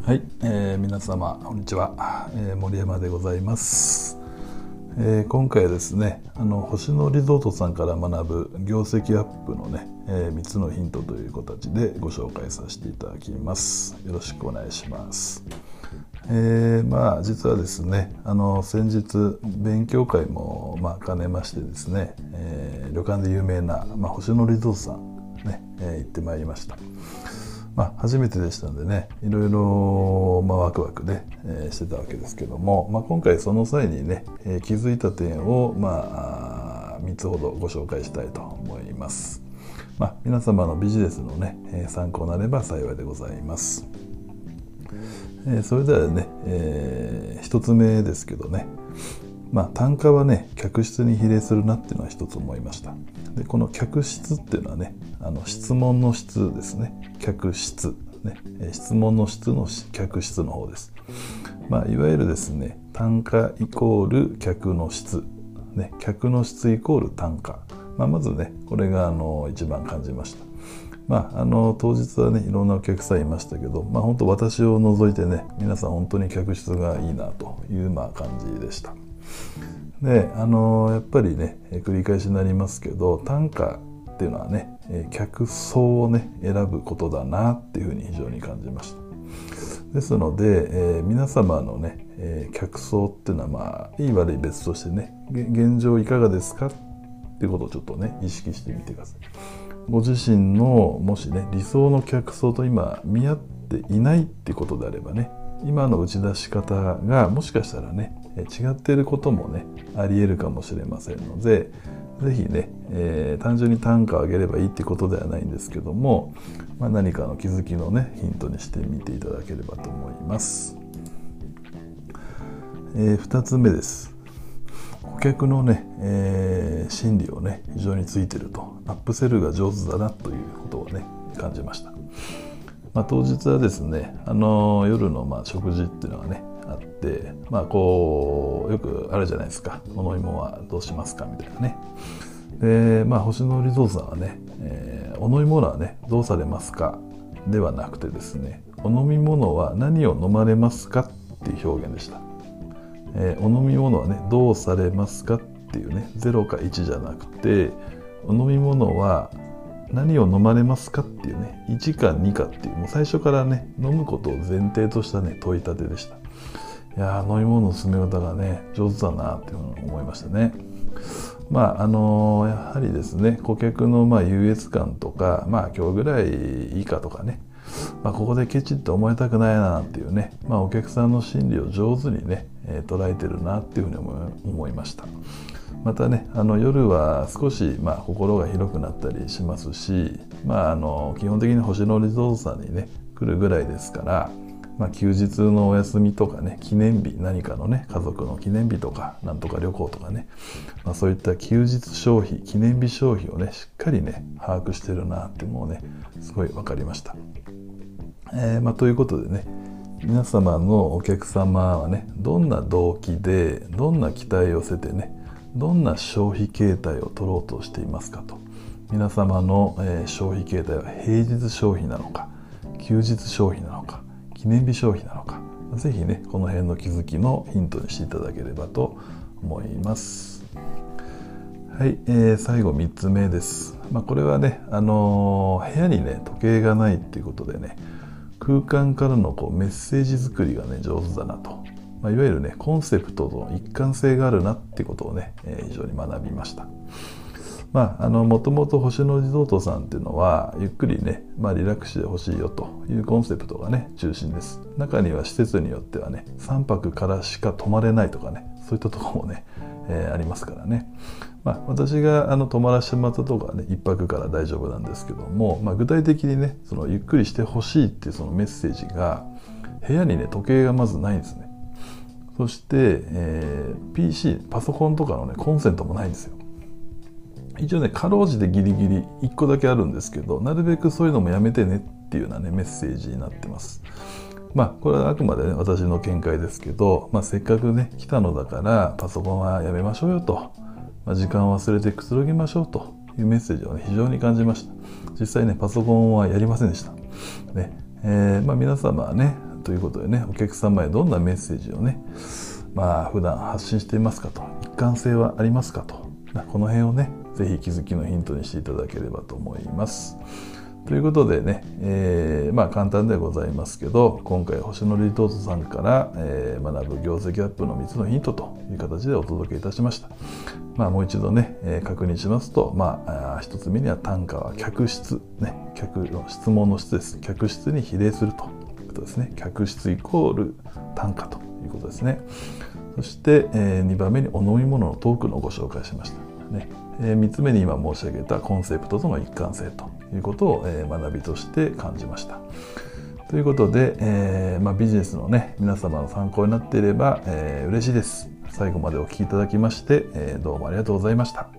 はい、皆様こんにちは、森山でございます。今回はですね、星野リゾートさんから学ぶ業績アップのね、3つのヒントという形でご紹介させていただきます。よろしくお願いします。実はですね、先日勉強会も兼ねましてですね、旅館で有名な、星野リゾートさんね、行ってまいりました。初めてでしたのでね、いろいろ、ワクワクで、してたわけですけども、今回その際にね、気づいた点を、3つほどご紹介したいと思います。皆様のビジネスのね、参考になれば幸いでございます。それではね、一つ目ですけどね、単価はね、客室に比例するなっていうのは一つ思いました。でこの客室っていうのはね、質問の質ですね。客室ね、質問の質の客室の方です。いわゆるですね、単価イコール客の質、ね、客の質イコール単価。まずね、これが一番感じました。当日はね、いろんなお客さんいましたけど、本当私を除いてね、皆さん本当に客室がいいなという感じでした。でやっぱりね、繰り返しになりますけど、単価っていうのはね、客層をね選ぶことだなっていうふうに非常に感じました。ですので、皆様のね、客層っていうのはいい悪い別としてね、現状いかがですかっていうことをちょっとね意識してみてください。ご自身のもしね理想の客層と今見合っていないっていうことであればね、今の打ち出し方がもしかしたらね違っていることもねあり得るかもしれませんので、ぜひね、単純に単価を上げればいいってことではないんですけども、何かの気づきのねヒントにしてみていただければと思います。2つ目です。顧客のね、心理をね非常についていると、アップセルが上手だなということをね感じました。当日はですね、夜の食事っていうのがねあって、こうよくあるじゃないですか。お飲み物はどうしますかみたいなね。で星野リゾートさんはね、お飲み物はねどうされますかではなくてですね、お飲み物は何を飲まれますかっていう表現でした。お飲み物はねどうされますかっていうね、0か1じゃなくて、お飲み物は何を飲まれますかっていうね、1か2かっていう、もう最初からね飲むことを前提としたね問い立てでした。いや飲み物の進め方がね上手だなっていうふうに思いましたね。やはりですね、顧客の優越感とか、今日ぐらいいいかとかね、ここでケチって思いたくないなっていうね、お客さんの心理を上手にね、捉えてるなっていうふうに思いました。またね、夜は少し心が広くなったりしますし、基本的に星野リゾートさんにね来るぐらいですから、休日のお休みとかね、記念日、何かのね家族の記念日とかなんとか旅行とかね、そういった休日消費、記念日消費をねしっかりね把握してるなっていうのをねすごい分かりました。ということでね、皆様のお客様はねどんな動機でどんな期待を寄せてね、どんな消費形態を取ろうとしていますかと。皆様の、消費形態は平日消費なのか、休日消費なのか、記念日消費なのか、ぜひねこの辺の気づきのヒントにしていただければと思います。はい、最後3つ目です。これはね、部屋にね時計がないっていうことでね、空間からのメッセージ作りがね上手だなと、いわゆるねコンセプトの一貫性があるなっていうことをね、非常に学びました。もともと星野リゾートさんっていうのはゆっくりね、リラックスしてほしいよというコンセプトがね中心です。中には施設によってはね3泊からしか泊まれないとかね、そういったところもね、ありますからね。私が泊まらせてもらったところはね1泊から大丈夫なんですけども、具体的にねそのゆっくりしてほしいっていうそのメッセージが、部屋にね時計がまずないんですね。そして、PC パソコンとかのねコンセントもないんですよ。一応ねかろうじてギリギリ1個だけあるんですけど、なるべくそういうのもやめてねっていうようなねメッセージになってます。これはあくまでね私の見解ですけど、せっかくね来たのだからパソコンはやめましょうよと、時間を忘れてくつろぎましょうというメッセージをね非常に感じました。実際ねパソコンはやりませんでしたね。皆様はねということでね、お客様へどんなメッセージをね、普段発信していますかと、一貫性はありますかと、この辺をねぜひ気づきのヒントにしていただければと思います。ということでね、簡単ではございますけど、今回星野リトートさんから、学ぶ業績アップの3つのヒントという形でお届けいたしました。もう一度ね、確認しますと、1つ目には単価は客質、客の質問の質です。客質に比例するということですね。客質イコール単価ということですね。そして、2番目にお飲み物のトークのご紹介しましたね。3つ目に今申し上げたコンセプトとの一貫性ということを、学びとして感じました。ということで、ビジネスのね皆様の参考になっていれば、嬉しいです。最後までお聞きいただきまして、どうもありがとうございました。